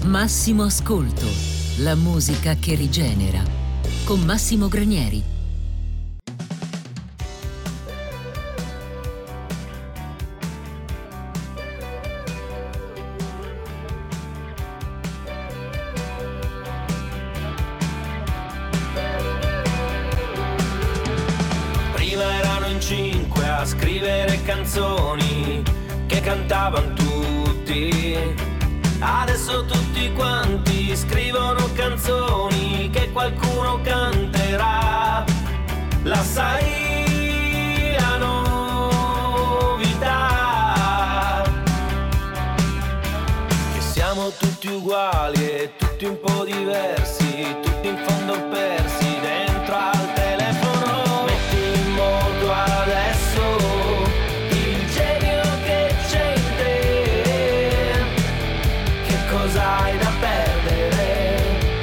Massimo Ascolto, la musica che rigenera, con Massimo Granieri. Prima erano in 5 a scrivere canzoni che cantavano tutti. Adesso tutti quanti scrivono canzoni che qualcuno canterà. La sai la novità? Che siamo tutti uguali e tutti un po' diversi, tutti in fondo persi dentro al telefono. Metti in moto adesso il genio che c'è in te. Che cosa hai da perdere?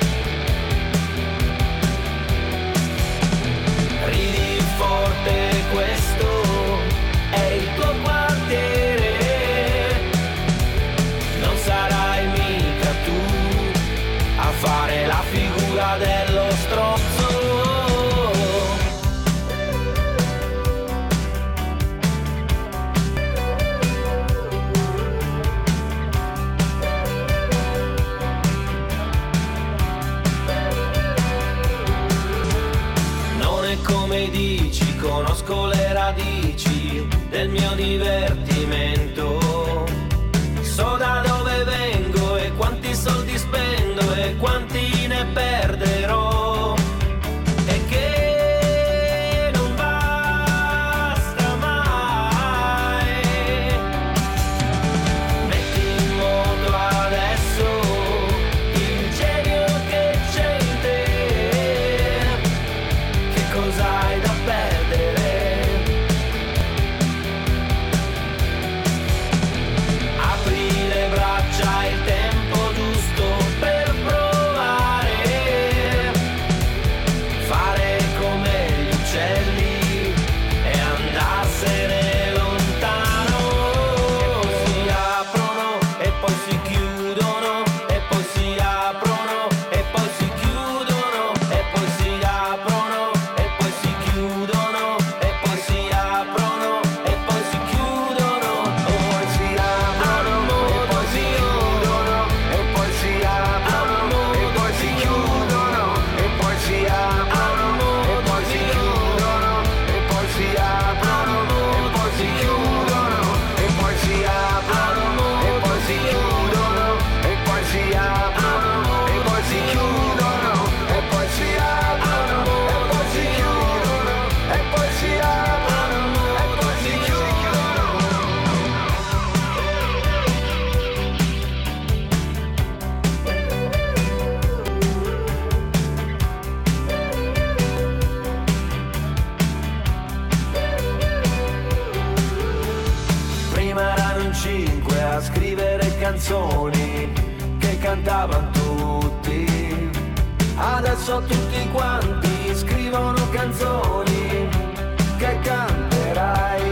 Ridi forte, questo è il tuo quartiere. Non sarai mica tu a fare la figura dello stronzo. Non è come dici, conosco le radici del mio divertimento. So da dove vengo e quanti soldi spendo e quanti ne perderò. E che non basta mai. Metti in moto adesso il genio che c'è in te. Che cosa hai da perdere? Apri le braccia, è il tempo giusto per provare. Fare come gli uccelli e andarsene lontano. E poi si aprono e poi si chiudono. E poi si aprono e poi si chiudono. E poi si aprono e poi si chiudono. E poi si aprono e poi si chiudono. Poi si aprono e poi si chiudono. E poi si aprono e poi si chiudono. E poi si aprono e poi si chiudono. E poi si aprono e poi si chiudono. E poi si aprono e poi si chiudono. E poi si aprono e poi si chiudono. E poi si aprono e poi si chiudono. E poi si aprono e poi si chiudono. Prima erano in 5 a scrivere canzoni che cantavano tutti. Adesso tutti quanti scrivono canzoni che canterai.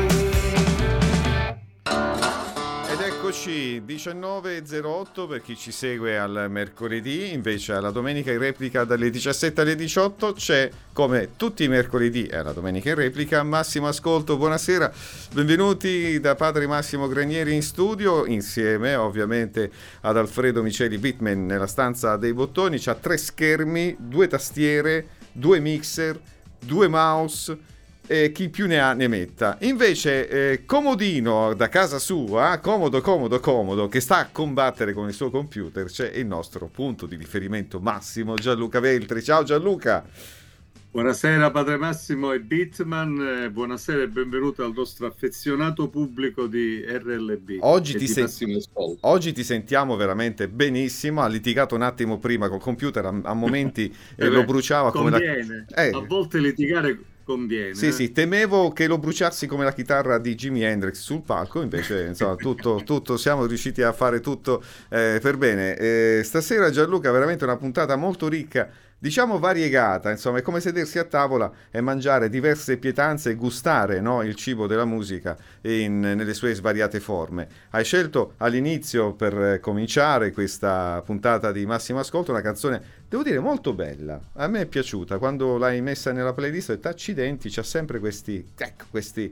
Ed eccoci, 19.08 per chi ci segue al mercoledì, invece alla domenica in replica dalle 17 alle 18 c'è, come tutti i mercoledì alla domenica in replica, Massimo Ascolto. Buonasera, benvenuti da padre Massimo Granieri in studio, insieme ovviamente ad Alfredo Miceli Bitman nella stanza dei bottoni. C'ha 3 schermi, 2 tastiere, 2 mixer, 2 mouse. Chi più ne ha ne metta. Invece comodino da casa sua, comodo, che sta a combattere con il suo computer, c'è il nostro punto di riferimento massimo, Gianluca Veltri. Ciao Gianluca. Buonasera padre Massimo e Bitman, buonasera e benvenuto al nostro affezionato pubblico di RLB. Oggi ti sentiamo veramente benissimo. Ha litigato un attimo prima col computer, a momenti lo bruciava come a volte litigare conviene. Sì, temevo che lo bruciassi come la chitarra di Jimi Hendrix sul palco, invece insomma tutto siamo riusciti a fare tutto per bene. Stasera Gianluca veramente una puntata molto ricca diciamo variegata, insomma, è come sedersi a tavola e mangiare diverse pietanze e gustare, no, il cibo della musica nelle sue svariate forme. Hai scelto all'inizio, per cominciare questa puntata di Massimo Ascolto, una canzone, devo dire, molto bella. A me è piaciuta, quando l'hai messa nella playlist ho detto accidenti, c'ha sempre queste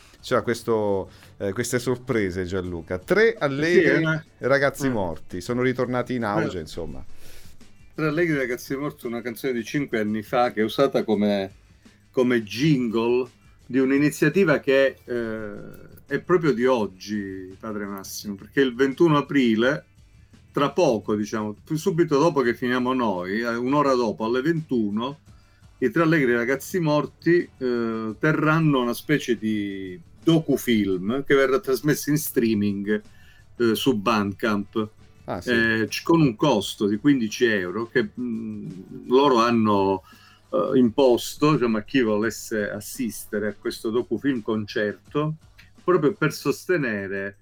sorprese, Gianluca. 3 allegri ragazzi morti, sono ritornati in auge, insomma. 3 allegri ragazzi morti, una canzone di 5 anni fa che è usata come jingle di un'iniziativa che è proprio di oggi, padre Massimo, perché il 21 aprile, tra poco, diciamo, subito dopo che finiamo noi, un'ora dopo, alle 21, i 3 allegri ragazzi morti terranno una specie di docufilm che verrà trasmesso in streaming su Bandcamp. Sì. Con un costo di 15 euro che loro hanno imposto, diciamo, a chi volesse assistere a questo docufilm concerto, proprio per sostenere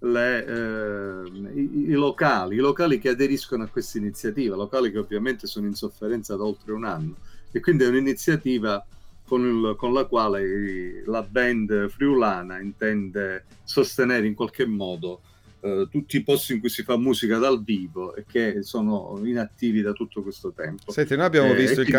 i locali che aderiscono a questa iniziativa, locali che ovviamente sono in sofferenza da oltre un anno, e quindi è un'iniziativa con la quale la band friulana intende sostenere in qualche modo tutti i posti in cui si fa musica dal vivo e che sono inattivi da tutto questo tempo. Senti, noi abbiamo visto il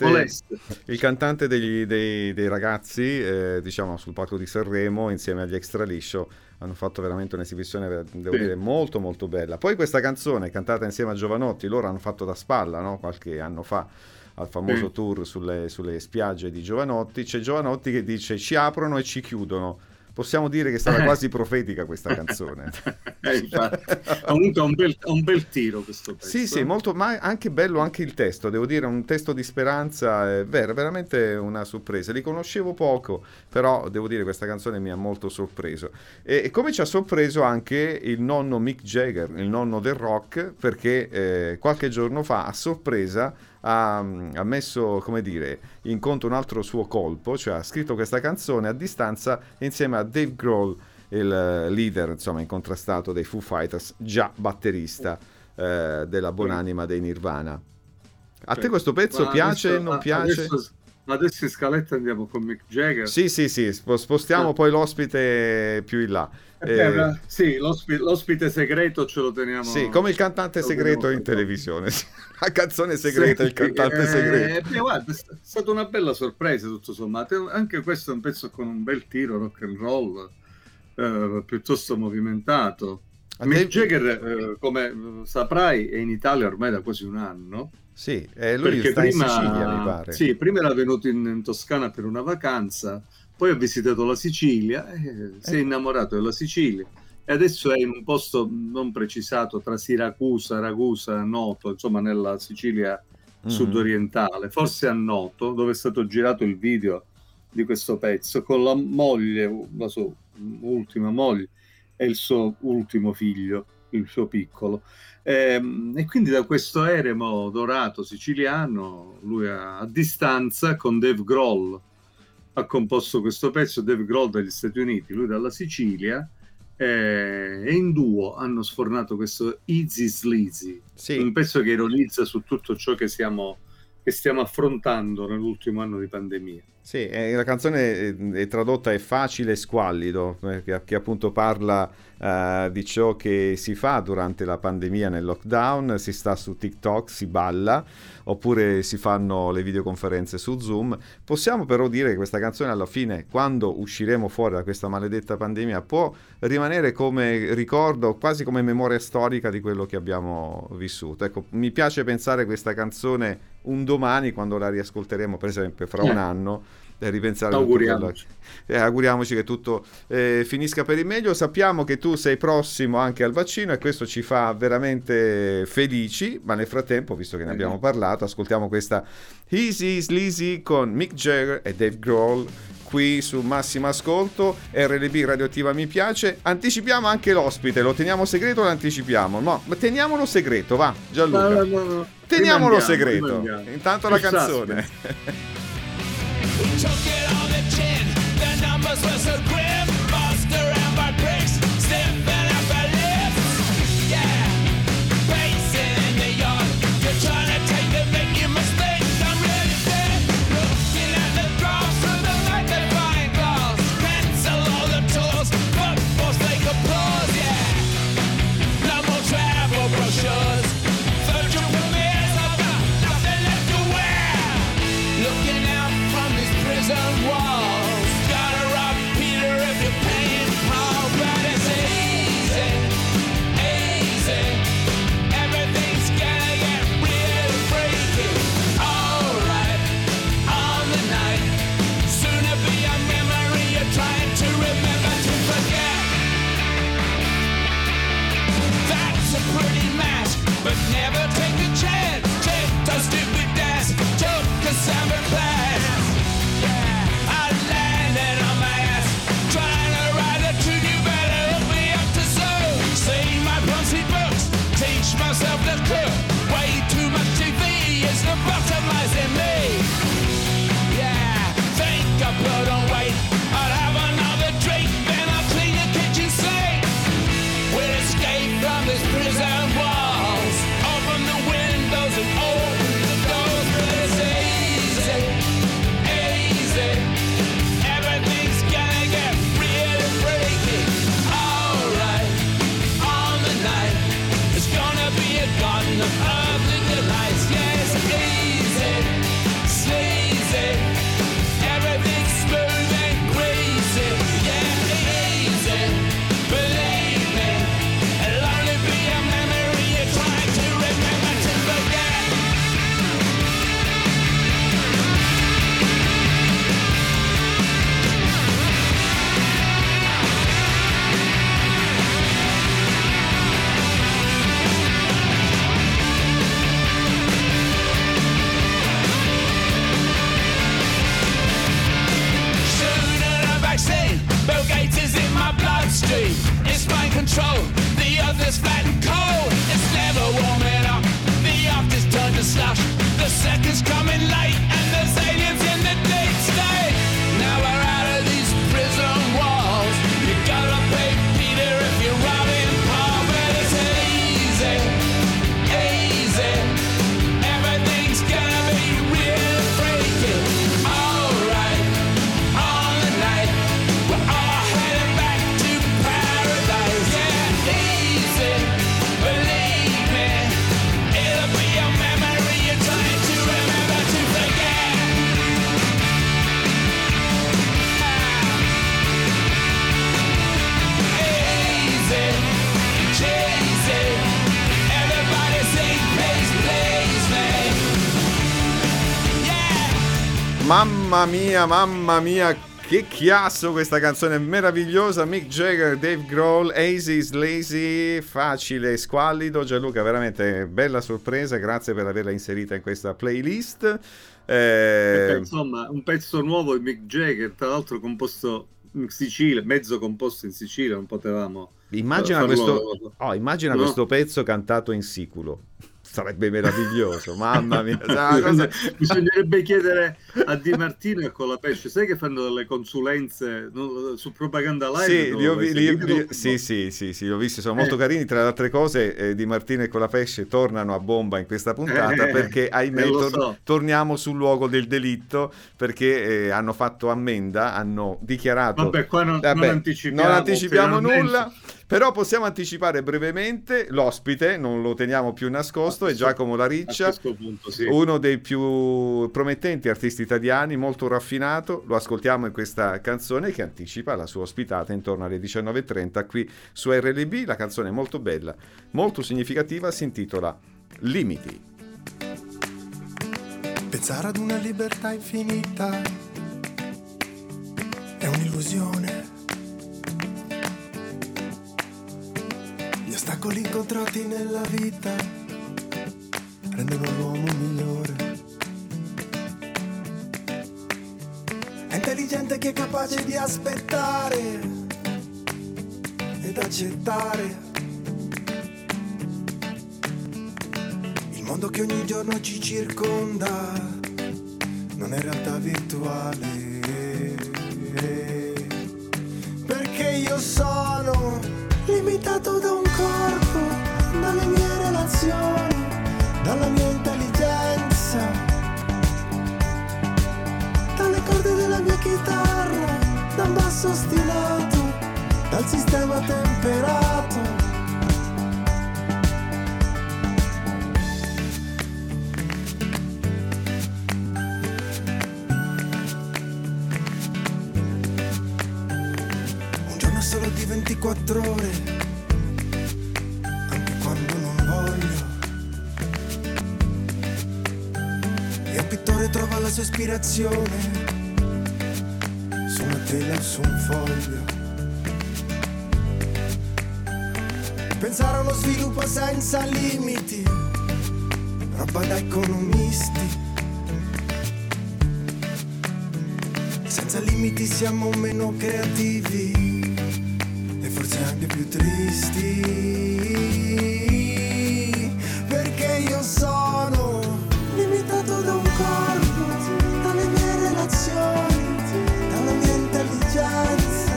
cantante dei ragazzi, diciamo, sul palco di Sanremo insieme agli Extra Liscio. Hanno fatto veramente un'esibizione, devo dire, molto molto bella. Poi questa canzone cantata insieme a Giovanotti, loro hanno fatto da spalla, no? Qualche anno fa, al famoso tour sulle spiagge di Giovanotti. C'è Giovanotti che dice: ci aprono e ci chiudono. Possiamo dire che sarà quasi profetica questa canzone. Infatti. Comunque ha un bel tiro questo pezzo. Sì, molto, ma anche bello anche il testo, devo dire, un testo di speranza, è veramente una sorpresa. Li conoscevo poco, però devo dire questa canzone mi ha molto sorpreso. E come ci ha sorpreso anche il nonno Mick Jagger, il nonno del rock, perché qualche giorno fa, a sorpresa, ha messo, come dire, in conto un altro suo colpo, cioè ha scritto questa canzone a distanza insieme a Dave Grohl, il leader, insomma, incontrastato dei Foo Fighters, già batterista della buonanima dei Nirvana. A te questo pezzo piace? Non piace? Adesso in scaletta andiamo con Mick Jagger. Sì, spostiamo poi l'ospite più in là. Sì, l'ospite segreto ce lo teniamo. Sì, come il cantante segreto in televisione. La canzone segreta, il cantante segreto. Guarda, è stata una bella sorpresa tutto sommato. Anche questo è un pezzo con un bel tiro rock and roll, piuttosto movimentato. Mick Jagger, come saprai, è in Italia ormai da quasi un anno. Sì, lui sta in Sicilia, mi pare. Sì, prima era venuto in Toscana per una vacanza, poi ha visitato la Sicilia, si è innamorato della Sicilia e adesso è in un posto non precisato tra Siracusa, Ragusa, Noto, insomma nella Sicilia sudorientale, forse a Noto, dove è stato girato il video di questo pezzo, con la moglie, la sua ultima moglie e il suo ultimo figlio, il suo piccolo. E quindi da questo eremo dorato siciliano lui a distanza con Dave Grohl ha composto questo pezzo. Dave Grohl dagli Stati Uniti, lui dalla Sicilia, e in duo hanno sfornato questo Easy Sleazy, sì, un pezzo che ironizza su tutto ciò che stiamo affrontando nell'ultimo anno di pandemia. Sì, la canzone è tradotta è facile e squallido, che appunto parla di ciò che si fa durante la pandemia nel lockdown, si sta su TikTok, si balla, oppure si fanno le videoconferenze su Zoom. Possiamo però dire che questa canzone alla fine, quando usciremo fuori da questa maledetta pandemia, può rimanere come ricordo, quasi come memoria storica di quello che abbiamo vissuto. Ecco, mi piace pensare questa canzone un domani, quando la riascolteremo, per esempio fra un anno, ripensare auguriamoci che tutto finisca per il meglio. Sappiamo che tu sei prossimo anche al vaccino e questo ci fa veramente felici, ma nel frattempo, visto che ne abbiamo parlato, ascoltiamo questa Easy Sleazy con Mick Jagger e Dave Grohl qui su Massimo Ascolto. RLB Radioattiva Mi Piace. Anticipiamo anche l'ospite, lo teniamo segreto o lo anticipiamo? No, ma teniamolo segreto, va Gianluca, no. Teniamolo segreto. Intanto la canzone. Took it on the chin, the numbers were so grim. Buster and my bricks, sniffing up her lips. Yeah, pacing in the yard, you're trying to take the making mistake. in the public delights. Yes, easy, sleazy, everything's smooth and greasy. Yeah, easy, believe me, it'll only be a memory you're trying to remember to forget. Bill Gates is in my bloodstream. It's mind control. The other's flat and cold. It's never warming up. The after's turned to slush. The second's coming late, and there's aliens in the deep state. Now we're out of these prison walls. You gotta pay Peter if you're robbing Paul, but it's easy, easy. Everything's gonna be real freaky. Alright, on the night. We're all heading back to paradise. Yeah, easy, believe me, it'll be a memory you're trying to remember to forget. Easy, cheesy, everybody sing please, please me. Yeah. Mamma mia, che chiasso questa canzone meravigliosa. Mick Jagger, Dave Grohl, Easy Sleazy, facile e squallido. Gianluca, veramente bella sorpresa, grazie per averla inserita in questa playlist. Insomma, un pezzo nuovo di Mick Jagger, tra l'altro composto in Sicilia, mezzo composto in Sicilia, non potevamo Immagina farlo. immagina No. questo pezzo cantato in siculo. Sarebbe meraviglioso, mamma mia. Una cosa- Bisognerebbe chiedere a Di Martino e Colapesce, sai che fanno delle consulenze su Propaganda Live? Sì, dove li ho vai vi- seguito? sì, li ho visti, sono molto carini. Tra le altre cose, Di Martino e Colapesce tornano a bomba in questa puntata perché, ahimè, lo so. torniamo sul luogo del delitto perché hanno fatto ammenda, hanno dichiarato. Vabbè, qua non anticipiamo, non anticipiamo finalmente. nulla. Però possiamo anticipare brevemente l'ospite, non lo teniamo più nascosto, è Giacomo La A Riccia, questo punto, sì. uno dei più promettenti artisti italiani, molto raffinato. Lo ascoltiamo in questa canzone che anticipa la sua ospitata intorno alle 19:30 qui su RLB. La canzone è molto bella, molto significativa, si intitola Limiti. Pensare ad una libertà infinita è un'illusione. Gli ostacoli incontrati nella vita rendono l'uomo migliore. È intelligente chi è capace di aspettare ed accettare il mondo che ogni giorno ci circonda, non è realtà virtuale. Perché io sono limitato da un corpo, dalle mie relazioni, dalla mia intelligenza, dalle corde della mia chitarra, da un basso ostinato, dal sistema temperato. Un giorno solo di 24 ore, anche quando non voglio. E un pittore trova la sua ispirazione su una tela o su un foglio. Pensare a uno sviluppo senza limiti, roba da economisti. Senza limiti siamo meno creativi e forse anche più tristi. Perché io sono limitato da un corpo, dalle mie relazioni, dalla mia intelligenza,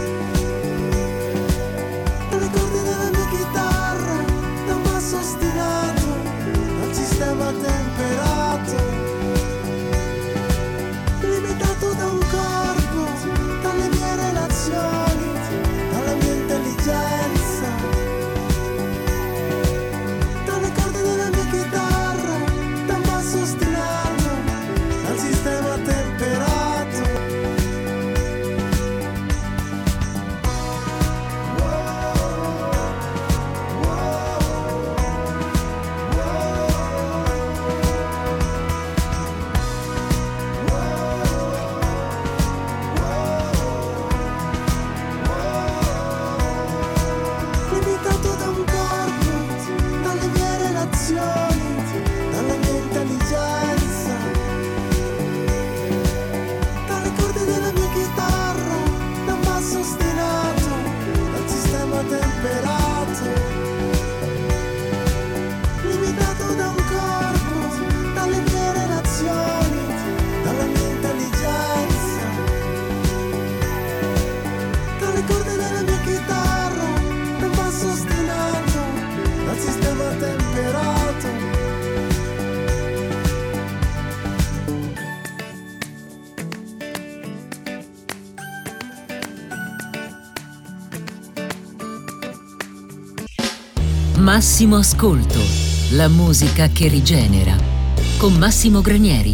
dalle corde della mia chitarra, da un basso ostinato, dal sistema temperato. Limitato da un corpo, dalle mie relazioni, dalla mia intelligenza, Massimo Ascolto, la musica che rigenera. Con Massimo Granieri.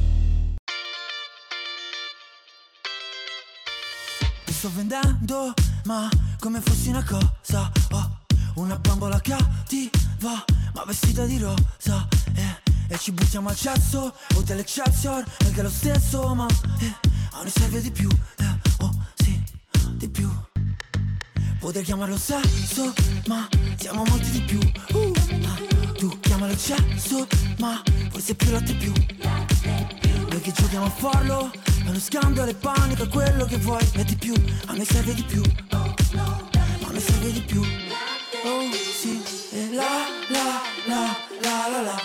Ti sto vendendo, ma come fossi una cosa, una bambola cattiva, ma vestita di rosa, e ci buttiamo al cesso, hotel Excelsior, perché è lo stesso, ma a noi serve di più, oh sì, di più. Potrei chiamarlo sesso, ma siamo molti di più, tu chiamalo eccesso, ma forse più latte più. Noi che giochiamo a farlo, è uno scandalo e panico, è quello che vuoi, e di più, a me serve di più, a me serve di più, oh sì, e la la la la la la,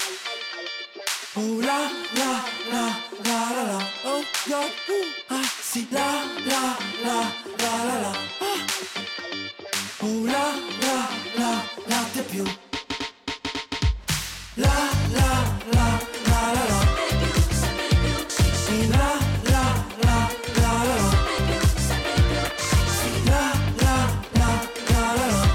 oh la la la la la la, oh yo, ah sì, la la la la la la, oh la la la latte più, la la la la la la, la la la la la la, la la la la la la,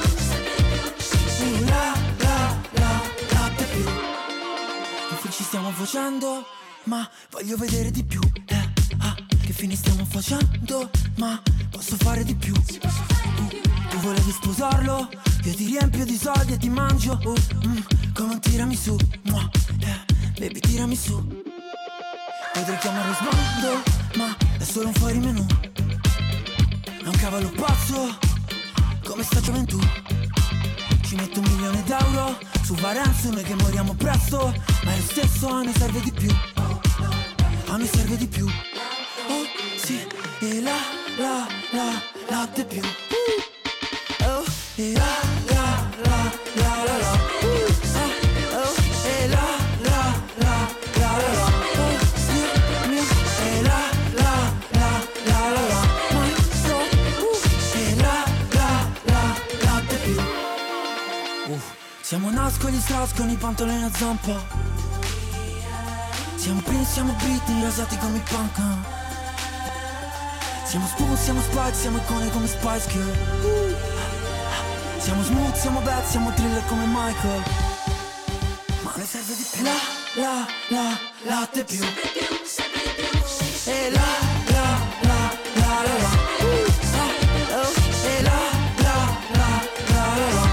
la la la latte più. Che fine ci stiamo facendo? Ma voglio vedere di più, che fine stiamo facendo? Ma posso fare di più. Tu volevi sposarlo? Io ti riempio di soldi e ti mangio, come un tiramisù, baby tirami su. Potrei chiamarlo sbando, ma è solo un fuori menù. È un cavallo pazzo, come sta gioventù. Ci metto 1 milione d'euro su Varenzo, noi che moriamo presto, ma è lo stesso, a noi serve di più, a noi serve di più, oh sì, e la la la latte più, oh e la la la la la la, oh e la la la la la la, oh mio e la la la la la la, maestro, e la la la latte più. Siamo Nasco gli Strauss con i pantaloni a zampa, siamo Prince, siamo Britney, rasati come i punk, siamo Spoon, siamo Spike, siamo icone come Spice Girl, siamo Smooth, siamo Bad, siamo Thriller come Michael, ma ne serve di più, la la la latte più, e la la la la la la, e la la la la la la,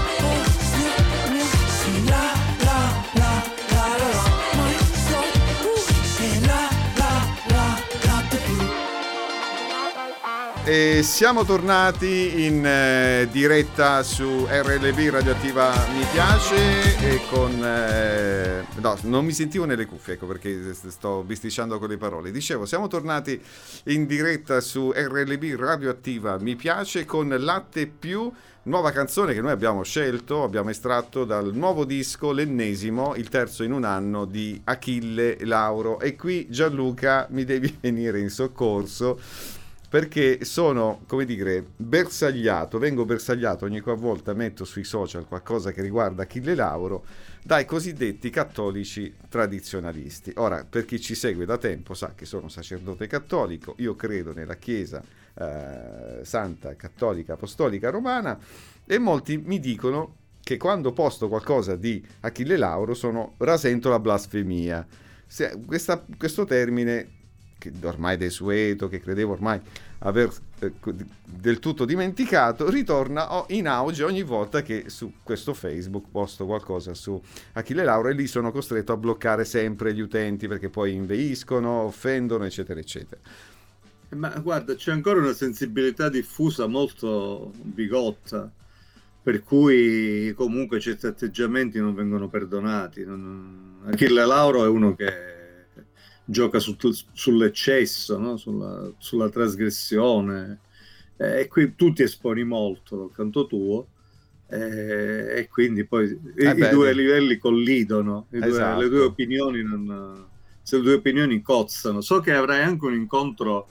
E siamo tornati in diretta su RLB Radioattiva Mi Piace e con no, non mi sentivo nelle cuffie, ecco perché sto bisticciando con le parole. Dicevo, siamo tornati in diretta su RLB Radioattiva Mi Piace con Latte Più, nuova canzone che noi abbiamo scelto, abbiamo estratto dal nuovo disco, l'ennesimo, il terzo in un anno di Achille Lauro. E qui Gianluca mi devi venire in soccorso, perché sono, come dire, vengo bersagliato ogni qualvolta metto sui social qualcosa che riguarda Achille Lauro dai cosiddetti cattolici tradizionalisti. Ora, per chi ci segue da tempo sa che sono sacerdote cattolico, io credo nella Chiesa Santa, Cattolica, Apostolica Romana, e molti mi dicono che quando posto qualcosa di Achille Lauro rasento la blasfemia. Questo termine, che ormai desueto, che credevo ormai aver del tutto dimenticato, ritorna in auge ogni volta che su questo Facebook posto qualcosa su Achille Lauro, e lì sono costretto a bloccare sempre gli utenti perché poi inveiscono, offendono, eccetera eccetera. Ma guarda, c'è ancora una sensibilità diffusa molto bigotta, per cui comunque certi atteggiamenti non vengono perdonati. Achille Lauro è uno che gioca sull'eccesso, no? sulla trasgressione, e qui tu ti esponi molto dal canto tuo, e quindi poi i due livelli collidono, esatto. Se le due opinioni cozzano. So che avrai anche un incontro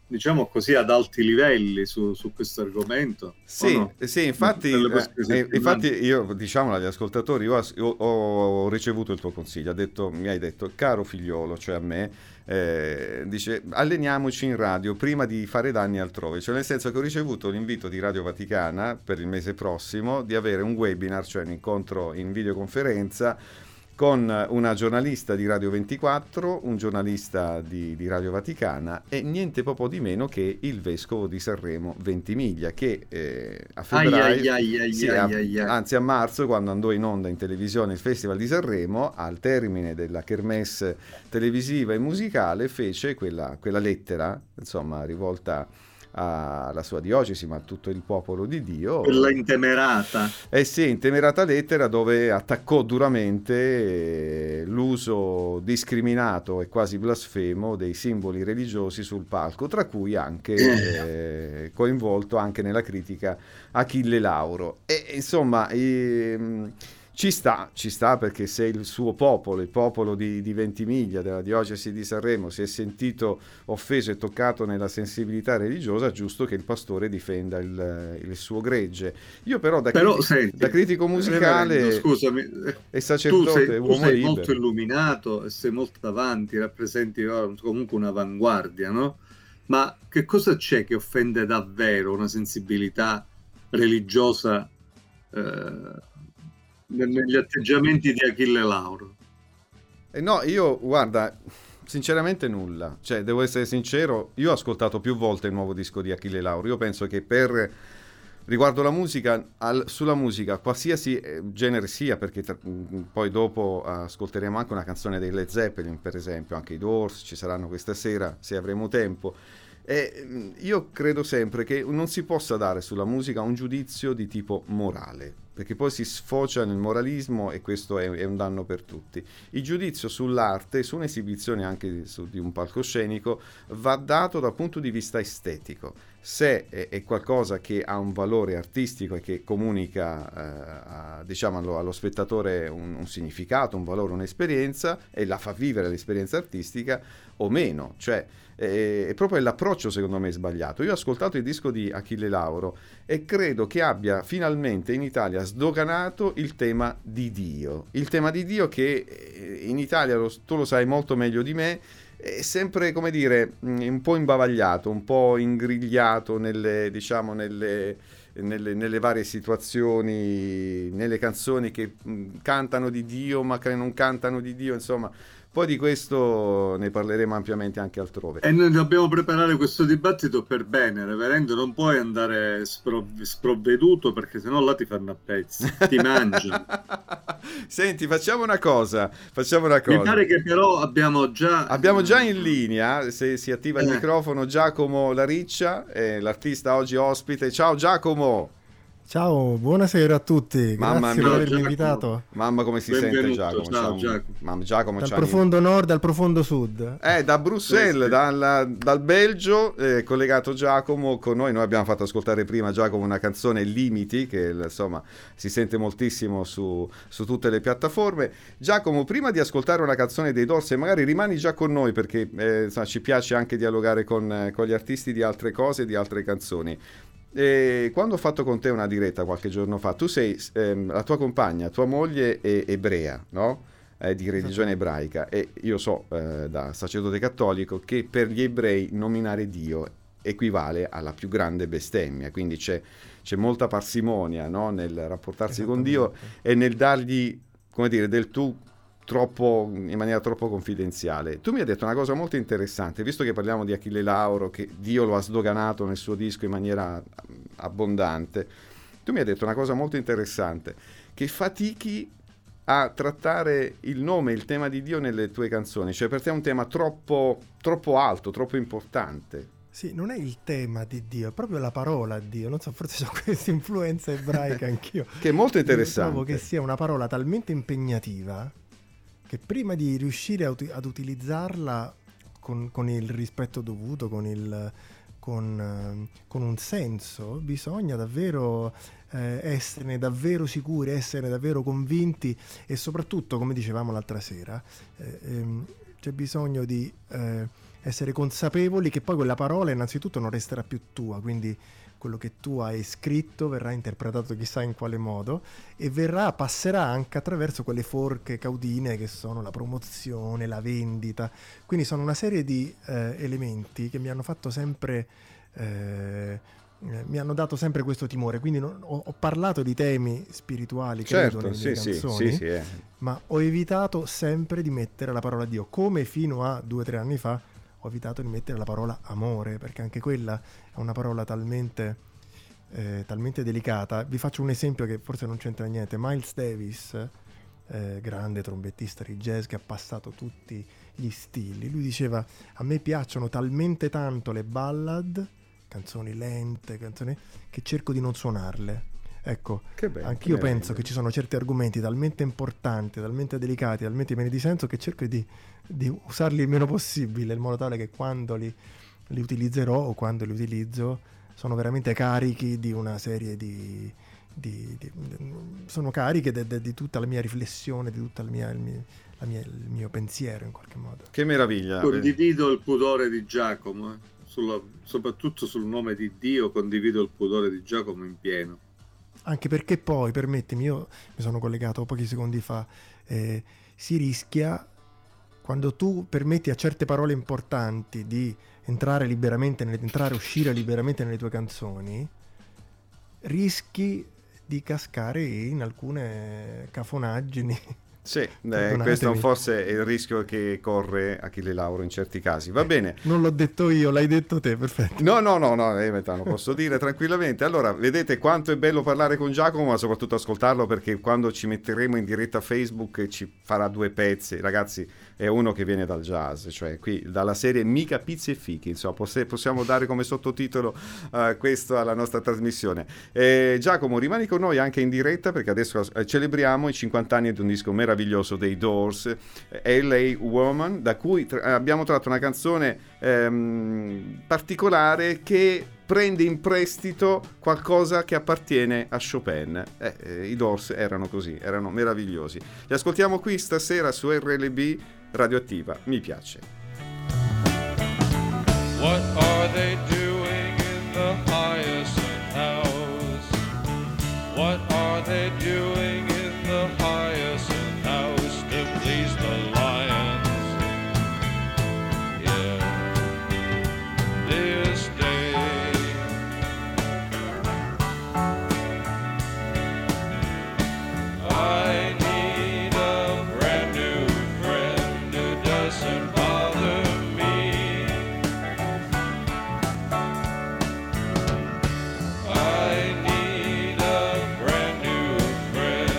diciamo così, ad alti livelli su questo argomento. Sì, no? sì, infatti, Per le prossime settimane. infatti io, diciamolo agli ascoltatori, io ho ricevuto il tuo consiglio, mi hai detto, caro figliolo, cioè a me, dice, alleniamoci in radio prima di fare danni altrove, cioè nel senso che ho ricevuto l'invito di Radio Vaticana per il mese prossimo di avere un webinar, cioè un incontro in videoconferenza con una giornalista di Radio 24, un giornalista di Radio Vaticana e niente poco di meno che il vescovo di Sanremo Ventimiglia, che a febbraio, anzi a marzo, quando andò in onda in televisione il Festival di Sanremo, al termine della kermesse televisiva e musicale, fece quella lettera, insomma, rivolta alla sua diocesi, ma a tutto il popolo di Dio. Quella intemerata. Sì, intemerata lettera dove attaccò duramente l'uso discriminato e quasi blasfemo dei simboli religiosi sul palco, tra cui anche coinvolto anche nella critica Achille Lauro. E insomma, ci sta perché se il suo popolo, il popolo di Ventimiglia, della diocesi di Sanremo, si è sentito offeso e toccato nella sensibilità religiosa, è giusto che il pastore difenda il suo gregge. Io però da critico musicale, scusami, e sacerdote, tu uomo sei libero, molto illuminato e sei molto avanti, rappresenti comunque un'avanguardia, no? Ma che cosa c'è che offende davvero una sensibilità religiosa negli atteggiamenti di Achille Lauro? No, io guarda, sinceramente nulla, cioè devo essere sincero, io ho ascoltato più volte il nuovo disco di Achille Lauro. Io penso che riguardo la musica, sulla musica, qualsiasi genere sia, perché poi dopo ascolteremo anche una canzone dei Led Zeppelin, per esempio, anche i Doors ci saranno questa sera, se avremo tempo. E io credo sempre che non si possa dare sulla musica un giudizio di tipo morale, perché poi si sfocia nel moralismo e questo è un danno per tutti. Il giudizio sull'arte, su un'esibizione anche di un palcoscenico, va dato dal punto di vista estetico. Se è qualcosa che ha un valore artistico e che comunica diciamo allo spettatore un significato, un valore, un'esperienza, e la fa vivere l'esperienza artistica o meno, cioè è proprio l'approccio secondo me sbagliato. Io ho ascoltato il disco di Achille Lauro e credo che abbia finalmente in Italia sdoganato il tema di Dio, che in Italia, tu lo sai molto meglio di me, è sempre, come dire, un po' imbavagliato, un po' ingrigliato nelle varie situazioni, nelle canzoni che cantano di Dio ma che non cantano di Dio, insomma. Poi di questo ne parleremo ampiamente anche altrove. E noi dobbiamo preparare questo dibattito per bene, reverendo, non puoi andare sprovveduto perché sennò là ti fanno a pezzi, ti mangiano. Senti, facciamo una cosa. Mi pare che però abbiamo già in linea, se si attiva il microfono, Giacomo Lariccia, l'artista oggi ospite. Ciao Giacomo! Ciao, buonasera a tutti, grazie per avermi invitato. Mamma, come si Benvenuto. sente Giacomo? Ciao Giacomo. Dal profondo nord al profondo sud. Da Bruxelles, dal Belgio, collegato Giacomo con noi. Noi abbiamo fatto ascoltare prima, Giacomo, una canzone, Limiti, che insomma si sente moltissimo su tutte le piattaforme. Giacomo, prima di ascoltare una canzone dei Doors, e magari rimani già con noi perché ci piace anche dialogare con gli artisti di altre cose, di altre canzoni. E quando ho fatto con te una diretta qualche giorno fa, tu sei la tua compagna, tua moglie è ebrea, no? Di religione ebraica, e io so da sacerdote cattolico che per gli ebrei nominare Dio equivale alla più grande bestemmia, quindi c'è molta parsimonia, no? Nel rapportarsi con Dio e nel dargli, come dire, del tu in maniera troppo confidenziale. Tu mi hai detto una cosa molto interessante, visto che parliamo di Achille Lauro, che Dio lo ha sdoganato nel suo disco in maniera abbondante. Tu mi hai detto una cosa molto interessante, che fatichi a trattare il nome, il tema di Dio nelle tue canzoni, cioè per te è un tema troppo alto, troppo importante. Sì, non è il tema di Dio, è proprio la parola Dio. Non so, forse ho questa influenza ebraica anch'io. Che è molto interessante. Trovo che sia una parola talmente impegnativa che prima di riuscire ad utilizzarla con il rispetto dovuto, con un senso, bisogna davvero esserne davvero sicuri, essere davvero convinti, e soprattutto, come dicevamo l'altra sera, c'è bisogno di essere consapevoli che poi quella parola innanzitutto non resterà più tua, quindi quello che tu hai scritto verrà interpretato chissà in quale modo e passerà anche attraverso quelle forche caudine che sono la promozione, la vendita. Quindi sono una serie di elementi che mi hanno fatto sempre mi hanno dato sempre questo timore. Quindi ho parlato di temi spirituali, credo, nelle mie canzoni, ma ho evitato sempre di mettere la parola Dio, come fino a 2 o 3 anni fa ho evitato di mettere la parola amore, perché anche quella è una parola talmente delicata. Vi faccio un esempio che forse non c'entra niente. Miles Davis, grande trombettista di jazz che ha passato tutti gli stili, lui diceva: a me piacciono talmente tanto le ballad, canzoni lente, canzoni che cerco di non suonarle. Ecco, anch'io penso che ci sono certi argomenti talmente importanti, talmente delicati, talmente pieni di senso, che cerco di usarli il meno possibile, in modo tale che quando li utilizzerò o quando li utilizzo sono veramente carichi di una serie sono cariche di tutta la mia riflessione, di tutta il mio pensiero, in qualche modo. Che meraviglia. Condivido il pudore di Giacomo, soprattutto sul nome di Dio, condivido il pudore di Giacomo in pieno. Anche perché poi, permettimi, io mi sono collegato pochi secondi fa, si rischia, quando tu permetti a certe parole importanti di entrare e uscire liberamente nelle tue canzoni, rischi di cascare in alcune cafonaggini. Sì, questo forse è il rischio che corre Achille Lauro in certi casi. Va bene. Non l'ho detto io, l'hai detto te, perfetto. No, lo posso dire tranquillamente. Allora, vedete quanto è bello parlare con Giacomo, ma soprattutto ascoltarlo, perché quando ci metteremo in diretta Facebook ci farà 2 pezzi. Ragazzi, è uno che viene dal jazz, cioè qui dalla serie Mica pizzi e fichi, insomma, possiamo dare come sottotitolo questo alla nostra trasmissione. Giacomo, rimani con noi anche in diretta, perché adesso celebriamo i 50 anni di un disco meraviglioso dei Doors, LA Woman, da cui abbiamo tratto una canzone particolare che prende in prestito qualcosa che appartiene a Chopin. I Doors erano così, erano meravigliosi. Li ascoltiamo qui stasera su RLB Radioattiva. Mi piace. What are they doing in the Hyacinth House? What are they doing in the Hyacinth House to please the lions? Yeah, this day I need a brand new friend who doesn't bother me. I need a brand new friend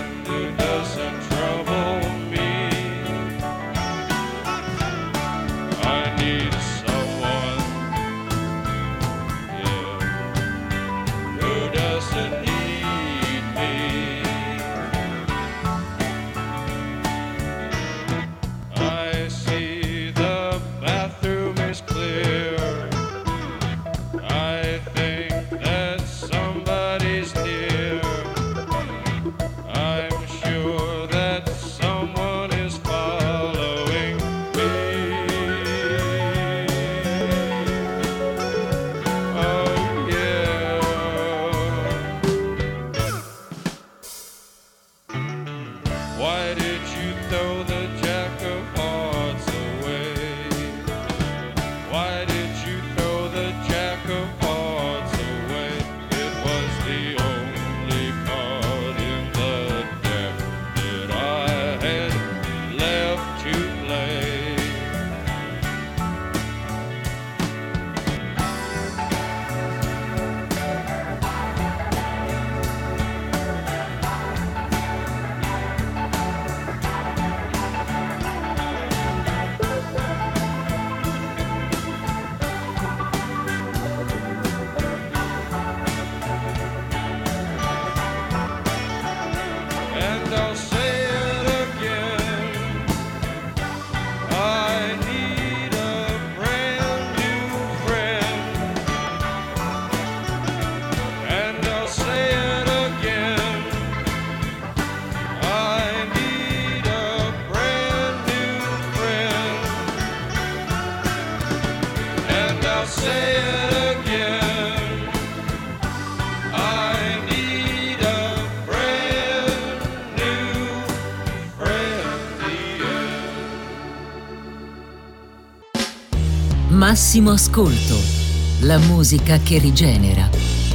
Massimo ascolto, la musica che rigenera.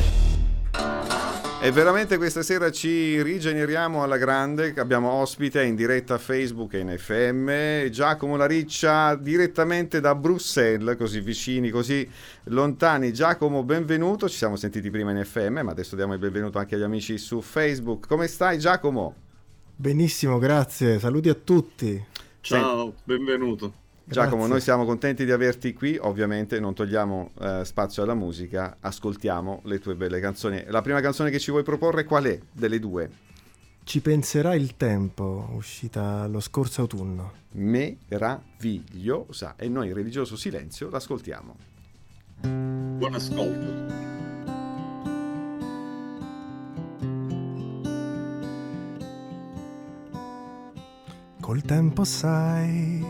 E veramente questa sera ci rigeneriamo alla grande. Abbiamo ospite in diretta a Facebook e in FM Giacomo La Riccia, direttamente da Bruxelles, così vicini, così lontani. Giacomo, benvenuto. Ci siamo sentiti prima in FM, ma adesso diamo il benvenuto anche agli amici su Facebook. Come stai, Giacomo? Benissimo, grazie. Saluti a tutti. Ciao, benvenuto. Giacomo, Grazie. noi siamo contenti di averti qui, ovviamente non togliamo spazio alla musica, ascoltiamo le tue belle canzoni. La prima canzone che ci vuoi proporre qual è, delle due? Ci penserà il tempo, uscita lo scorso autunno. Meravigliosa, e noi in religioso silenzio l'ascoltiamo. Buon ascolto. Col tempo sai,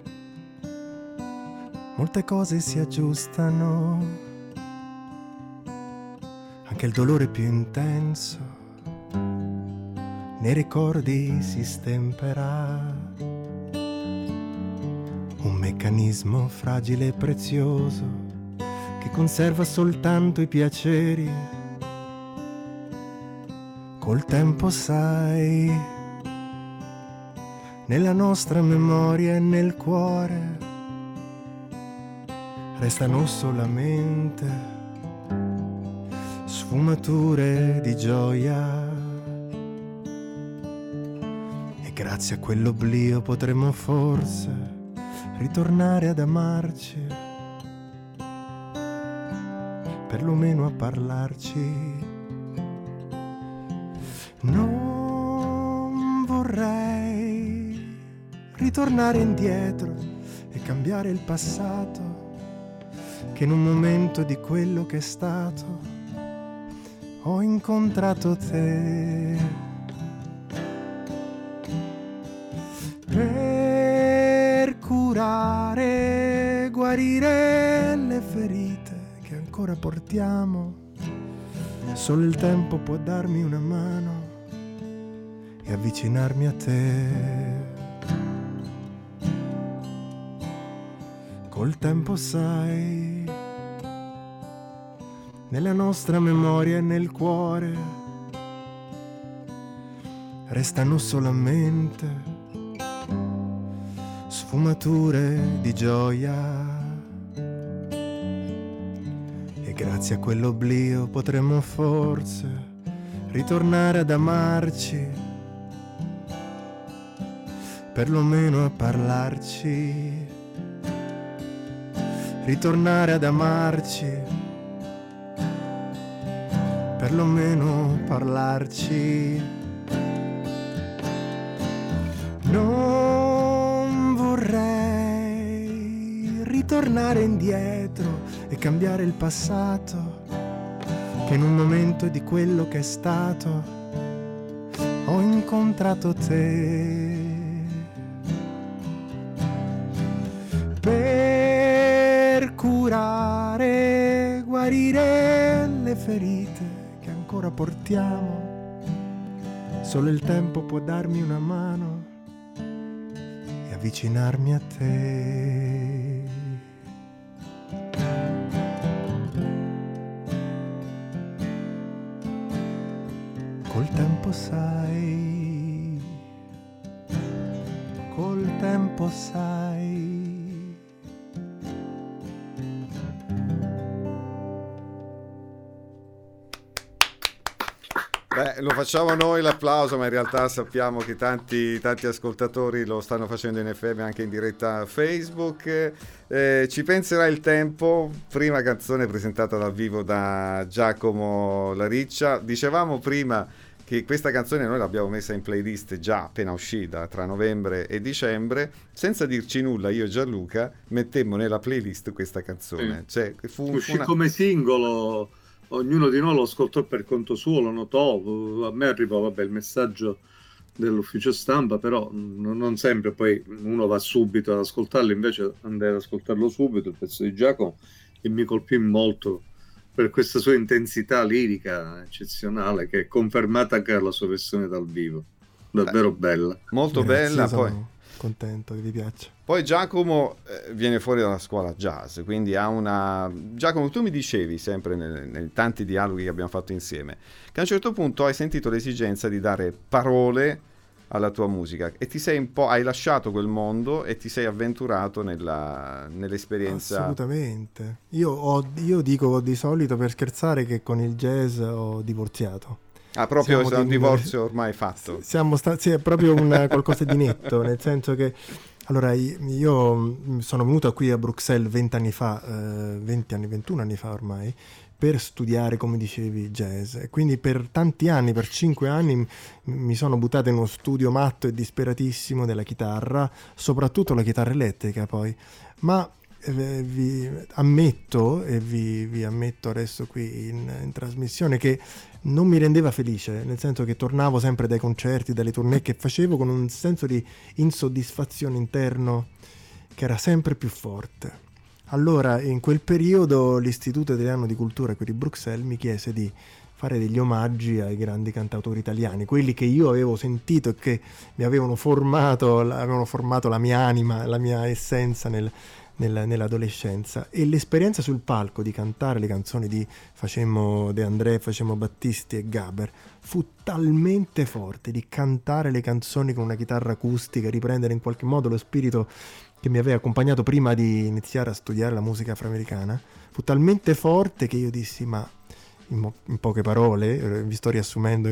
molte cose si aggiustano, anche il dolore più intenso nei ricordi si stemperà. Un meccanismo fragile e prezioso che conserva soltanto i piaceri. Col tempo sai, nella nostra memoria e nel cuore restano solamente sfumature di gioia. E grazie a quell'oblio potremo forse ritornare ad amarci, perlomeno a parlarci. Non vorrei ritornare indietro e cambiare il passato, che in un momento di quello che è stato ho incontrato te. Per curare, guarire le ferite che ancora portiamo, solo il tempo può darmi una mano e avvicinarmi a te. Col tempo sai, nella nostra memoria e nel cuore restano solamente sfumature di gioia. E grazie a quell'oblio potremo forse ritornare ad amarci, perlomeno a parlarci. Ritornare ad amarci, perlomeno parlarci. Non vorrei ritornare indietro e cambiare il passato, che in un momento di quello che è stato ho incontrato te. Per curare, guarire le ferite che ancora portiamo, solo il tempo può darmi una mano e avvicinarmi a te. Col tempo sai, col tempo sai. Beh, lo facciamo noi l'applauso, ma in realtà sappiamo che tanti ascoltatori lo stanno facendo in FM, anche in diretta a Facebook. Ci penserà il tempo, prima canzone presentata dal vivo da Giacomo La Riccia. Dicevamo prima che questa canzone noi l'abbiamo messa in playlist già appena uscita, tra novembre e dicembre. Senza dirci nulla, io e Gianluca mettemmo nella playlist questa canzone. Cioè, uscì come singolo. Ognuno di noi lo ascoltò per conto suo, lo notò. A me arrivò il messaggio dell'ufficio stampa, però non sempre poi uno va subito ad ascoltarlo, invece andai ad ascoltarlo subito, il pezzo di Giacomo, e mi colpì molto per questa sua intensità lirica eccezionale, che è confermata anche dalla sua versione dal vivo, davvero bella. Molto Grazie, bella, poi contento che vi piaccia. Poi Giacomo viene fuori dalla scuola jazz, quindi ha una... Giacomo, tu mi dicevi sempre nei tanti dialoghi che abbiamo fatto insieme che a un certo punto hai sentito l'esigenza di dare parole alla tua musica e ti sei un po', hai lasciato quel mondo e ti sei avventurato nell'esperienza. Assolutamente. Io dico di solito per scherzare che con il jazz ho divorziato. Ah, proprio è un divorzio ormai fatto. Sì, è proprio qualcosa di netto, nel senso che allora io sono venuto qui a Bruxelles 20 anni fa, 21 anni fa ormai, per studiare, come dicevi, jazz. E quindi per tanti anni, per 5 anni, mi sono buttato in uno studio matto e disperatissimo della chitarra, soprattutto la chitarra elettrica poi. Ma vi ammetto, e vi ammetto adesso qui in trasmissione, che non mi rendeva felice, nel senso che tornavo sempre dai concerti, dalle tournée che facevo con un senso di insoddisfazione interno che era sempre più forte. Allora, in quel periodo l'Istituto Italiano di Cultura qui di Bruxelles mi chiese di fare degli omaggi ai grandi cantautori italiani, quelli che io avevo sentito e che mi avevano formato la mia anima, la mia essenza nell'adolescenza. E l'esperienza sul palco di cantare le canzoni facemmo De André, facemmo Battisti e Gaber, fu talmente forte, di cantare le canzoni con una chitarra acustica, riprendere in qualche modo lo spirito che mi aveva accompagnato prima di iniziare a studiare la musica afroamericana, fu talmente forte che io dissi, ma in poche parole, vi sto riassumendo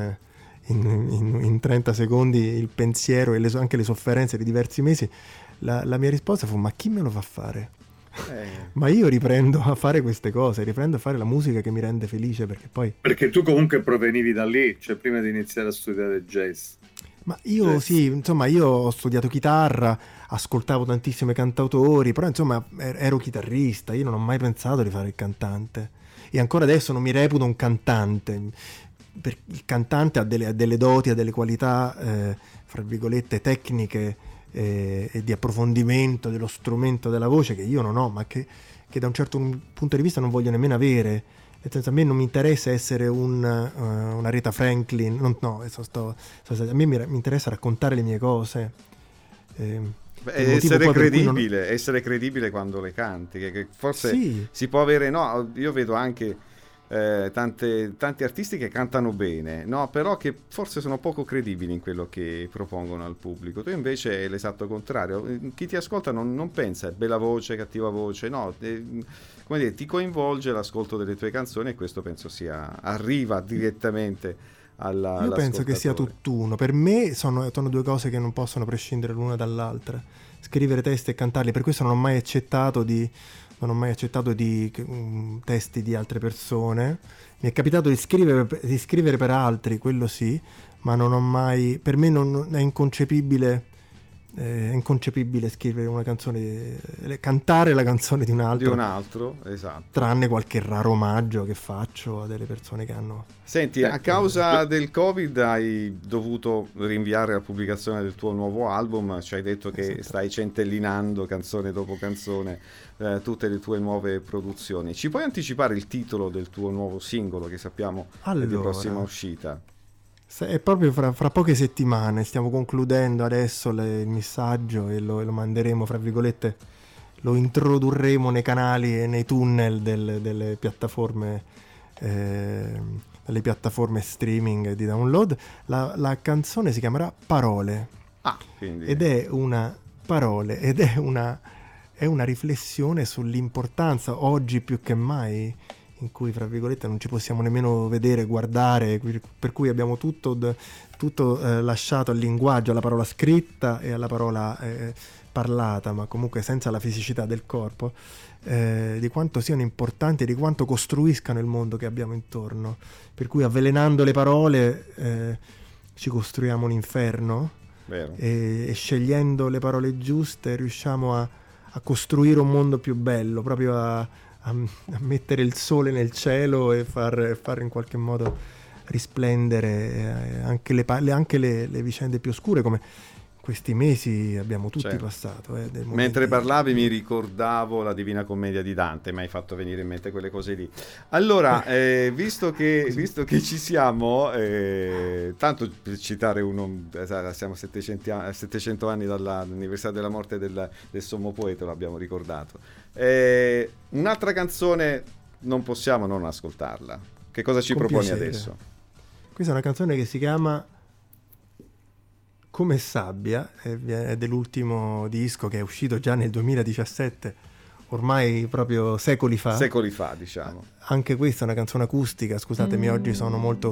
in 30 secondi il pensiero e anche le sofferenze di diversi mesi, la mia risposta fu, ma chi me lo fa fare? Ma io riprendo a fare queste cose, riprendo a fare la musica che mi rende felice, perché tu comunque provenivi da lì, cioè prima di iniziare a studiare jazz. Ma io sì, insomma, io ho studiato chitarra, ascoltavo tantissimi cantautori, però insomma ero chitarrista, io non ho mai pensato di fare il cantante e ancora adesso non mi reputo un cantante. Il cantante ha delle doti, ha delle qualità, fra virgolette, tecniche e di approfondimento dello strumento della voce che io non ho, ma che da un certo punto di vista non voglio nemmeno avere. Nel senso, a me non mi interessa essere una Aretha Franklin, a me mi interessa raccontare le mie cose. Essere credibile quando le canti, che forse sì. Si può avere, no, io vedo anche tanti artisti che cantano bene, no, però che forse sono poco credibili in quello che propongono al pubblico. Tu invece è l'esatto contrario, chi ti ascolta non pensa bella voce, cattiva voce, no, come dire, ti coinvolge l'ascolto delle tue canzoni e questo penso arriva direttamente io penso che sia tutt'uno. Per me sono due cose che non possono prescindere l'una dall'altra, scrivere testi e cantarli. Per questo non ho mai accettato testi di altre persone. Mi è capitato di scrivere per altri, quello sì, ma non ho mai, per me è inconcepibile scrivere una canzone, cantare la canzone di un altro, esatto, tranne qualche raro omaggio che faccio a delle persone che hanno. Senti, a causa del Covid hai dovuto rinviare la pubblicazione del tuo nuovo album, ci hai detto che stai centellinando canzone dopo canzone tutte le tue nuove produzioni. Ci puoi anticipare il titolo del tuo nuovo singolo che sappiamo è di prossima uscita? È proprio fra poche settimane, stiamo concludendo adesso il missaggio e lo manderemo, fra virgolette, lo introdurremo nei canali e nei tunnel delle piattaforme streaming di download. La canzone si chiamerà Parole, quindi... ed è una riflessione sull'importanza oggi più che mai, in cui fra virgolette non ci possiamo nemmeno vedere, guardare, per cui abbiamo tutto lasciato al linguaggio, alla parola scritta e alla parola parlata, ma comunque senza la fisicità del corpo, di quanto siano importanti e di quanto costruiscano il mondo che abbiamo intorno, per cui avvelenando le parole ci costruiamo un inferno. Vero. E scegliendo le parole giuste riusciamo a costruire un mondo più bello, proprio a mettere il sole nel cielo e far in qualche modo risplendere anche le vicende più oscure, come questi mesi abbiamo tutti Certo. passato. Dei momenti- Mentre parlavi mi ricordavo la Divina Commedia di Dante, mi hai fatto venire in mente quelle cose lì. Allora, visto che ci siamo, tanto per citare uno, siamo 700 anni dall'anniversario della morte del sommo poeta, l'abbiamo ricordato. Un'altra canzone non possiamo non ascoltarla. Che cosa ci Con proponi piacere. adesso? Questa è una canzone che si chiama Come sabbia, è dell'ultimo disco che è uscito già nel 2017, ormai proprio secoli fa. Secoli fa, diciamo. Anche questa è una canzone acustica, scusatemi, oggi sono molto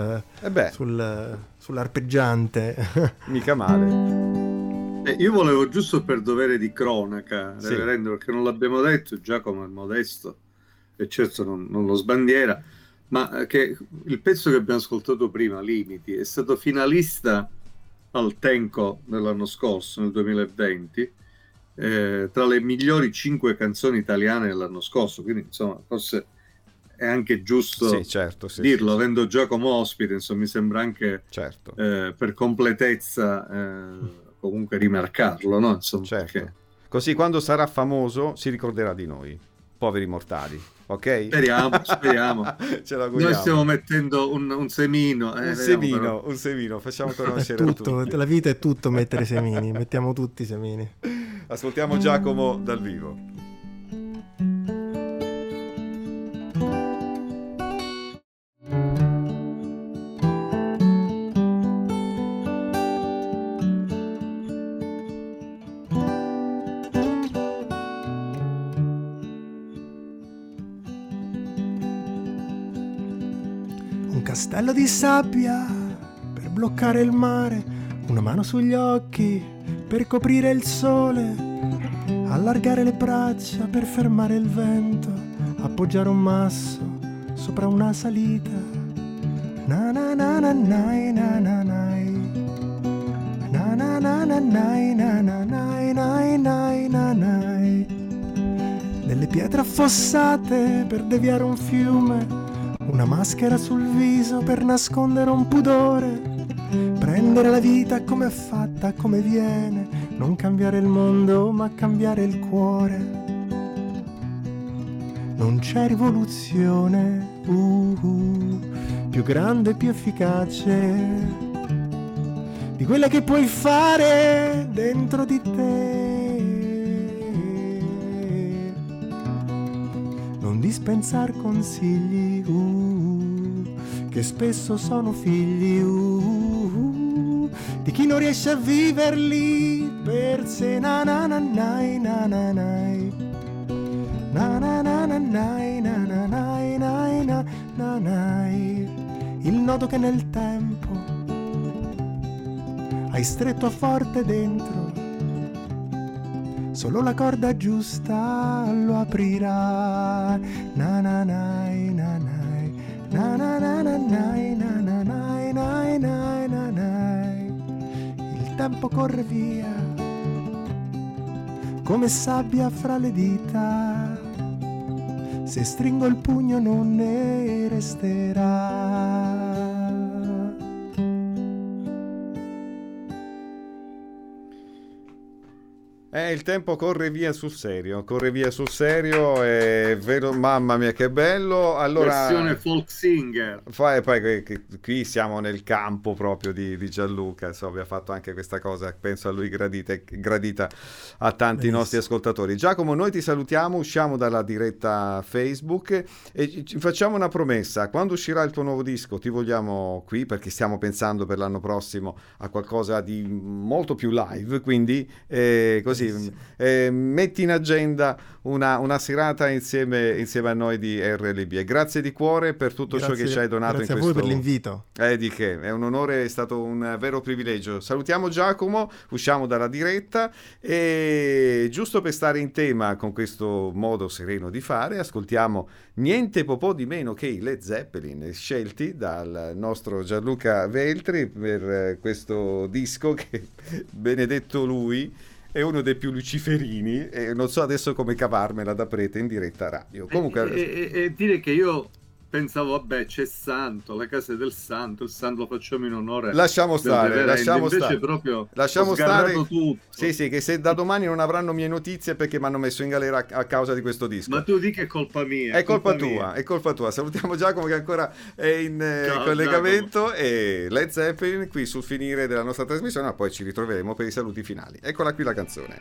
sull'arpeggiante. Mica male. Io volevo, giusto per dovere di cronaca, Sì. reverendo, perché non l'abbiamo detto, Giacomo è modesto e certo non lo sbandiera, ma che il pezzo che abbiamo ascoltato prima, Limiti, è stato finalista al Tenco dell'anno scorso, nel 2020, tra le migliori 5 canzoni italiane dell'anno scorso, quindi insomma forse è anche giusto Sì, certo, sì, dirlo, sì, sì. avendo Giacomo ospite, insomma mi sembra anche Certo. per completezza comunque rimarcarlo, no? Insomma, Certo. perché Così quando sarà famoso si ricorderà di noi, poveri mortali, ok? speriamo. Ce l'auguriamo. Noi stiamo mettendo un semino. Vediamo però. Un semino, facciamo È conoscere a tutto, tutti. la vita è tutto mettere semini, mettiamo tutti i semini. Ascoltiamo Giacomo dal vivo. Un castello di sabbia per bloccare il mare, una mano sugli occhi per coprire il sole, allargare le braccia per fermare il vento, appoggiare un masso sopra una salita. Na na na na nai, na na nai. Na na na na nai, na na nai, nai, nai, na nai. Delle pietre affossate per deviare un fiume, una maschera sul viso per nascondere un pudore, prendere la vita come è fatta, come viene, non cambiare il mondo ma cambiare il cuore. Non c'è rivoluzione più grande e più efficace di quella che puoi fare dentro di te. Non dispensar consigli che spesso sono figli di chi non riesce a viverli per sé. Na na na nai, na na nai. Na na na na nai, na na nai, nai, na na nai. Il nodo che nel tempo hai stretto forte dentro, solo la corda giusta lo aprirà. Na na nai, na nai, na na na na nai, na na nai, nai, nai, na nai. Il tempo corre via come sabbia fra le dita, se stringo il pugno non ne resterà. Il tempo corre via sul serio, è vero, mamma mia che bello. Allora, Versione folk singer. poi qui siamo nel campo proprio di Gianluca, insomma, ha fatto anche questa cosa, penso a lui gradita a tanti nostri ascoltatori. Giacomo, noi ti salutiamo, usciamo dalla diretta Facebook e ci facciamo una promessa: quando uscirà il tuo nuovo disco ti vogliamo qui, perché stiamo pensando per l'anno prossimo a qualcosa di molto più live, quindi così metti in agenda una serata insieme a noi di RLB, e grazie di cuore per tutto ciò che ci hai donato. Grazie in a voi questo... per l'invito. Di che, è un onore, è stato un vero privilegio. Salutiamo Giacomo, usciamo dalla diretta e giusto per stare in tema con questo modo sereno di fare, ascoltiamo niente po' di meno che i Led Zeppelin, scelti dal nostro Gianluca Veltri per questo disco che, benedetto lui, è uno dei più luciferini e non so adesso come cavarmela da prete in diretta radio. Comunque E dire che io pensavo, vabbè, c'è Santo, la casa del Santo, il Santo lo facciamo in onore. Lasciamo del stare, reverendo. lasciamo Invece stare. proprio Lasciamo ho sgarrato stare. tutto. Sì, che se da domani non avranno mie notizie perché mi hanno messo in galera a causa di questo disco. Ma tu di che è colpa mia? È colpa tua, è colpa tua. Salutiamo Giacomo che ancora è in Ciao, collegamento e Led Zeppelin qui sul finire della nostra trasmissione, ma poi ci ritroveremo per i saluti finali. Eccola qui la canzone.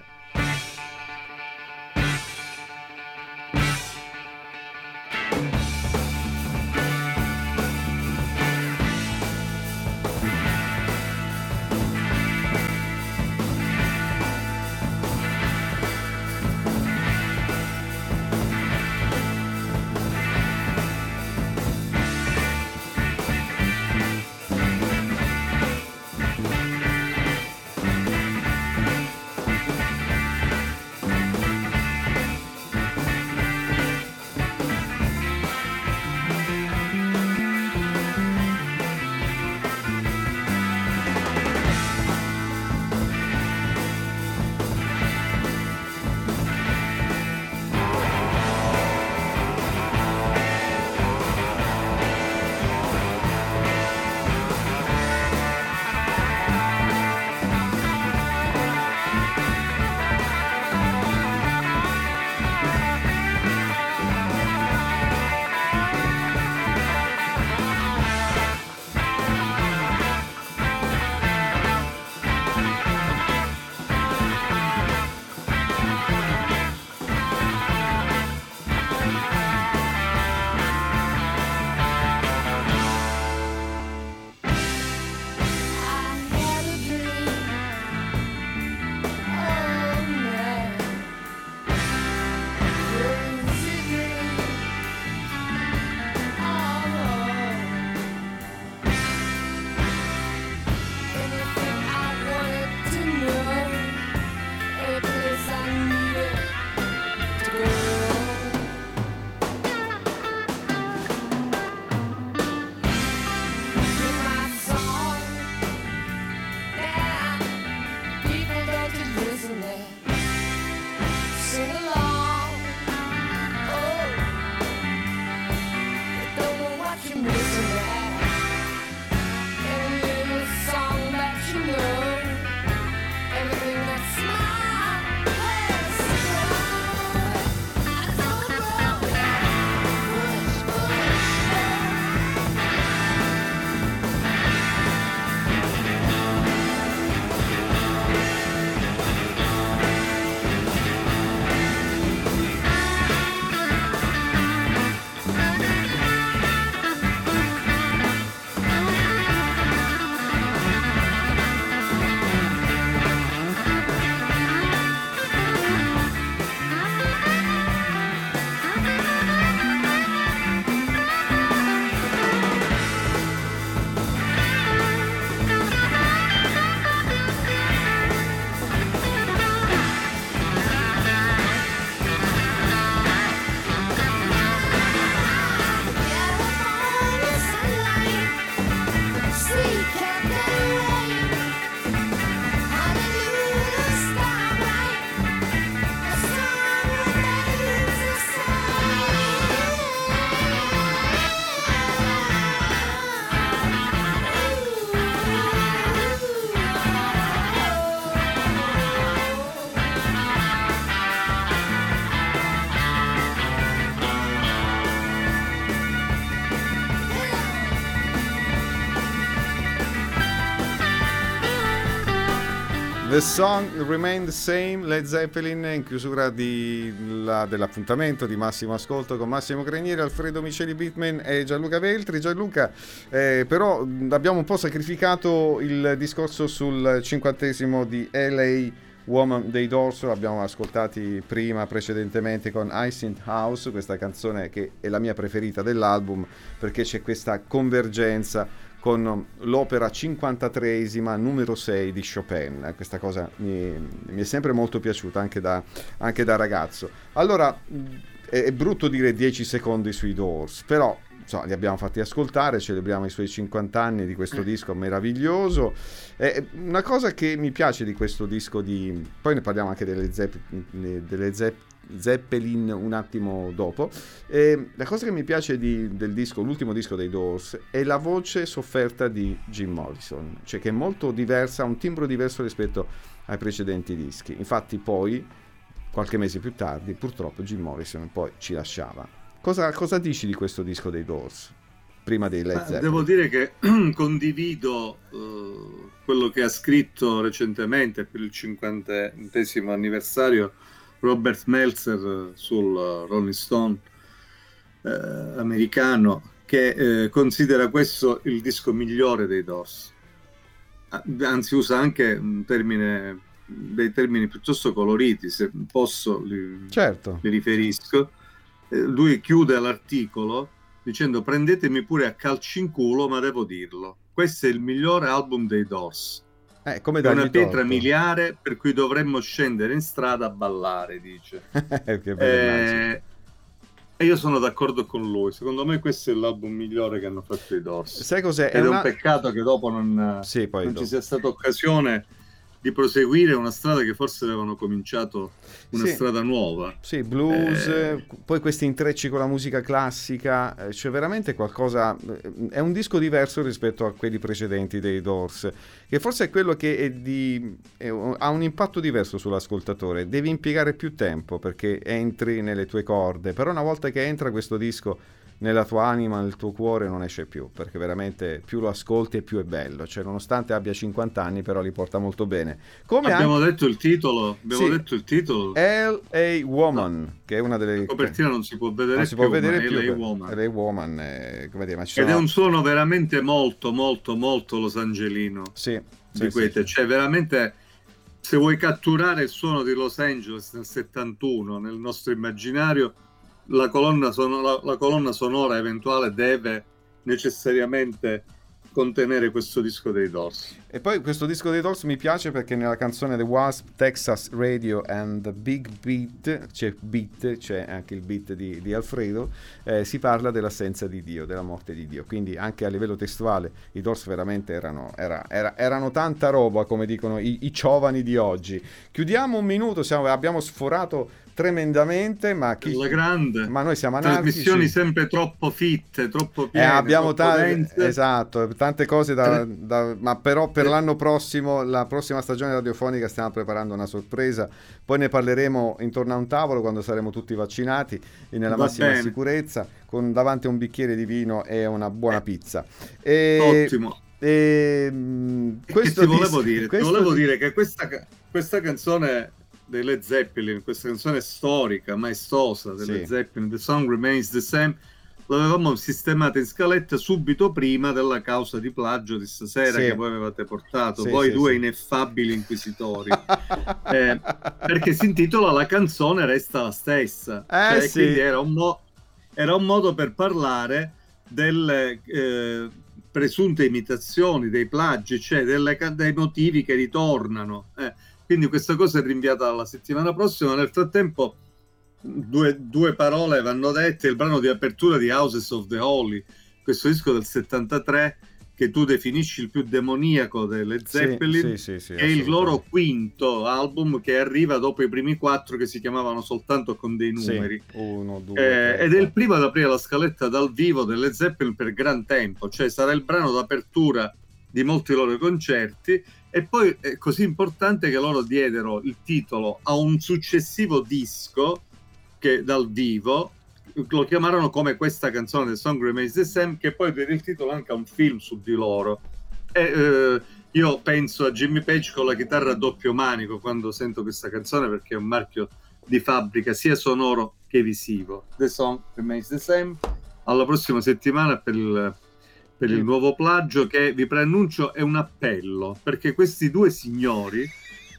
The Song Remain the Same, Led Zeppelin, in chiusura dell'appuntamento di Massimo Ascolto con Massimo Granieri, Alfredo Miceli Bitman e Gianluca Veltri. Gianluca, però abbiamo un po' sacrificato il discorso sul 50° di LA Woman dei Doors, l'abbiamo ascoltati precedentemente con Ice in House, questa canzone che è la mia preferita dell'album perché c'è questa convergenza con l'opera 53esima numero 6 di Chopin. Questa cosa mi è sempre molto piaciuta anche da ragazzo. Allora è brutto dire 10 secondi sui Doors, però li abbiamo fatti ascoltare, celebriamo i suoi 50 anni di questo disco meraviglioso. Una cosa che mi piace di questo disco, poi ne parliamo anche delle Zeppelin un attimo dopo. La cosa che mi piace del disco, l'ultimo disco dei Doors, è la voce sofferta di Jim Morrison, cioè che è molto diversa, ha un timbro diverso rispetto ai precedenti dischi. Infatti poi, qualche mese più tardi, purtroppo Jim Morrison poi ci lasciava. Cosa dici di questo disco dei Doors? Prima dei Led Zeppelin. Devo dire che condivido quello che ha scritto recentemente per il 50° anniversario Robert Meltzer sul Rolling Stone americano, che considera questo il disco migliore dei Doors. Anzi, usa anche dei termini piuttosto coloriti, se posso li riferisco. Lui chiude l'articolo dicendo: prendetemi pure a calci in culo, ma devo dirlo, questo è il migliore album dei Doors. Come è una pietra miliare per cui dovremmo scendere in strada a ballare, dice. E io sono d'accordo con lui. Secondo me questo è l'album migliore che hanno fatto i Doors. Sai cos'è? Ed è un peccato che dopo non ci sia stata occasione di proseguire una strada che forse avevano cominciato una strada nuova. Sì, blues, poi questi intrecci con la musica classica, cioè veramente qualcosa, è un disco diverso rispetto a quelli precedenti dei Doors, che forse è quello che ha un impatto diverso sull'ascoltatore. Devi impiegare più tempo perché entri nelle tue corde, però una volta che entra questo disco nella tua anima, nel tuo cuore, non esce più, perché veramente più lo ascolti e più è bello, cioè nonostante abbia 50 anni però li porta molto bene. Abbiamo detto il titolo, L.A. Woman, che è una delle... La copertina non si può vedere più, L.A. Woman, come dire, ed è un suono veramente molto molto molto losangelino, cioè veramente, se vuoi catturare il suono di Los Angeles nel 71 nel nostro immaginario, la colonna sonora eventuale deve necessariamente contenere questo disco dei Doors. E poi questo disco dei Doors mi piace perché nella canzone The Wasp, Texas Radio and the Big Beat, c'è anche il beat di Alfredo, si parla dell'assenza di Dio, della morte di Dio, quindi anche a livello testuale i Doors veramente erano tanta roba, come dicono i giovani di oggi. Chiudiamo un minuto, abbiamo sforato tremendamente, ma noi siamo anarchici. Trasmissioni sempre troppo fitte, troppo piene, abbiamo esatto, tante cose ma però per l'anno prossimo, la prossima stagione radiofonica, stiamo preparando una sorpresa, poi ne parleremo intorno a un tavolo quando saremo tutti vaccinati e nella massima sicurezza, con davanti a un bicchiere di vino e una buona pizza. Ottimo. Questo ti volevo dire che questa canzone dei Led Zeppelin, questa canzone storica, maestosa dei Led Zeppelin, The Song Remains the Same, l'avevamo sistemata in scaletta subito prima della causa di plagio di stasera che voi avevate portato, voi due ineffabili inquisitori, perché si intitola La canzone resta la stessa, quindi era un modo per parlare delle presunte imitazioni, dei plagi, cioè dei motivi che ritornano, quindi questa cosa è rinviata alla settimana prossima. Nel frattempo due parole vanno dette. Il brano di apertura di Houses of the Holy, questo disco del 73 che tu definisci il più demoniaco delle Zeppelin, è il loro quinto album che arriva dopo i primi 4 che si chiamavano soltanto con dei numeri. 1, 2, 3, ed è il primo ad aprire la scaletta dal vivo delle Zeppelin per gran tempo, cioè sarà il brano d'apertura di molti loro concerti. E poi è così importante che loro diedero il titolo a un successivo disco che dal vivo lo chiamarono come questa canzone, The Song Remains the Same, che poi diede il titolo anche a un film su di loro. E io penso a Jimmy Page con la chitarra a doppio manico quando sento questa canzone, perché è un marchio di fabbrica sia sonoro che visivo. The Song Remains the Same. Alla prossima settimana per il nuovo plagio, che vi preannuncio è un appello, perché questi due signori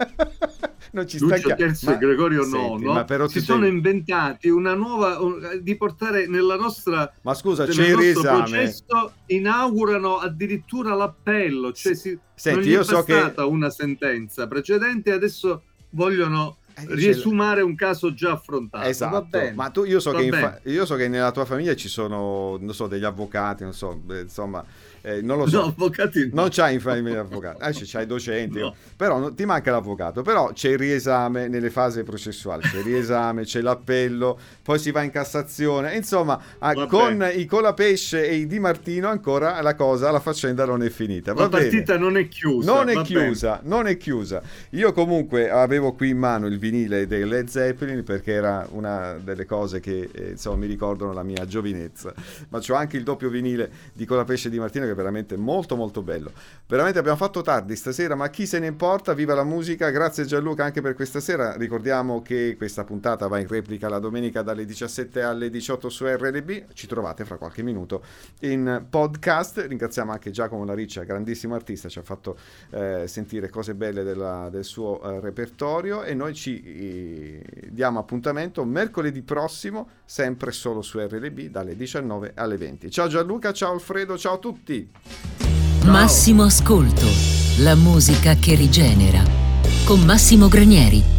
Lucio III e Gregorio IX si sono inventati una nuova di portare nella nostra processo, inaugurano addirittura l'appello, cioè non gli è stata una sentenza precedente, adesso vogliono riesumare un caso già affrontato. Esatto. Va bene. Ma io so che nella tua famiglia ci sono, non so, degli avvocati, non so, insomma, non lo so. No, avvocati no. Non c'hai famiglia avvocati, c'hai docenti, No. però ti manca l'avvocato, però c'è il riesame nelle fasi processuali, c'è il riesame, c'è l'appello, poi si va in Cassazione, insomma con i Colapesce e i Di Martino ancora la faccenda non è finita. Va La bene. partita non è chiusa. Non è chiusa. Io comunque avevo qui in mano il vinile dei Led Zeppelin perché era una delle cose che insomma mi ricordano la mia giovinezza, ma c'ho anche il doppio vinile di Colapesce e Di Martino che è veramente molto molto bello. Veramente abbiamo fatto tardi stasera, ma chi se ne importa, viva la musica. Grazie Gianluca anche per questa sera. Ricordiamo che questa puntata va in replica la domenica dalle 17 alle 18 su RLB, ci trovate fra qualche minuto in podcast. Ringraziamo anche Giacomo Lariccia, grandissimo artista, ci ha fatto sentire cose belle del suo repertorio, e noi ci diamo appuntamento mercoledì prossimo, sempre solo su RLB dalle 19 alle 20. Ciao Gianluca, ciao Alfredo, ciao a tutti. Ciao. Massimo Ascolto, la musica che rigenera, con Massimo Granieri.